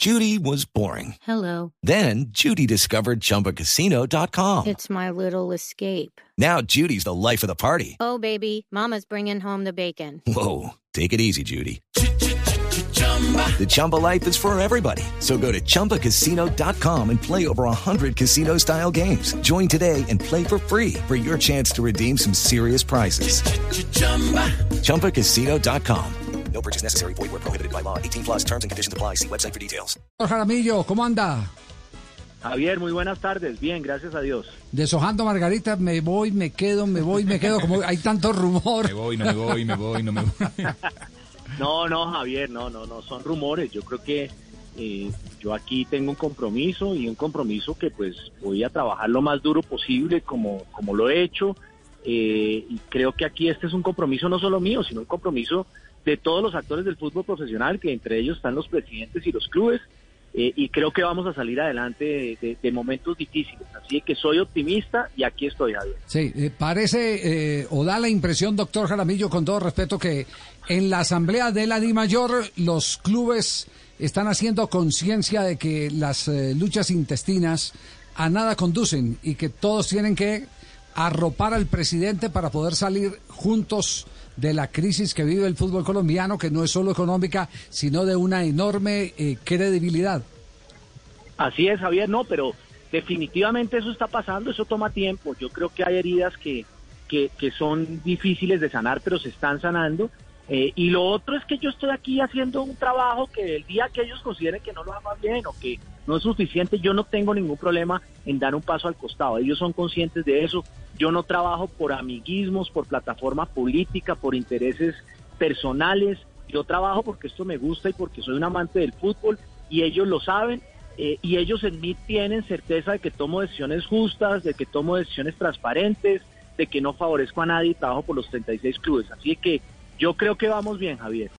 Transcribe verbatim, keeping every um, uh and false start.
Judy was boring. Hello. Then Judy discovered Chumba Casino dot com. It's my little escape. Now Judy's the life of the party. Oh, baby, mama's bringing home the bacon. Whoa, take it easy, Judy. The Chumba life is for everybody. So go to Chumba Casino dot com and play over one hundred casino-style games. Join today and play for free for your chance to redeem some serious prizes. Chumba Casino dot com. No purchase necessary. Void where prohibited by law. eighteen plus terms and conditions apply. See website for details. Jaramillo, ¿cómo anda? Javier, muy buenas tardes. Bien, gracias a Dios. Deshojando Margarita, me voy, me quedo, me voy, me quedo. Como hay tanto rumor. Me voy, no me voy, me voy, no me voy. No, no, Javier, no, no, no, son rumores. Yo creo que eh, yo aquí tengo un compromiso y un compromiso que pues voy a trabajar lo más duro posible como, como lo he hecho. Eh, y creo que aquí este es un compromiso no solo mío, sino un compromiso de todos los actores del fútbol profesional, que entre ellos están los presidentes y los clubes, eh, y creo que vamos a salir adelante de, de, de momentos difíciles. Así que soy optimista y aquí estoy, Javier. Sí, eh, parece eh, o da la impresión, doctor Jaramillo, con todo respeto, que en la asamblea de la DIMAYOR los clubes están haciendo conciencia de que las eh, luchas intestinas a nada conducen y que todos tienen que arropar al presidente para poder salir juntos de la crisis que vive el fútbol colombiano, que no es solo económica, sino de una enorme eh, credibilidad. Así es, Javier, no, pero definitivamente eso está pasando, eso toma tiempo. Yo creo que hay heridas que, que, que son difíciles de sanar, pero se están sanando. Eh, y lo otro es que yo estoy aquí haciendo un trabajo que el día que ellos consideren que no lo haga bien o que no es suficiente, yo no tengo ningún problema en dar un paso al costado. Ellos son conscientes de eso. Yo no trabajo por amiguismos, por plataforma política, por intereses personales. Yo trabajo porque esto me gusta y porque soy un amante del fútbol y ellos lo saben. Eh, y ellos en mí tienen certeza de que tomo decisiones justas, de que tomo decisiones transparentes, de que no favorezco a nadie y trabajo por los treinta y seis clubes. Así que yo creo que vamos bien, Javier.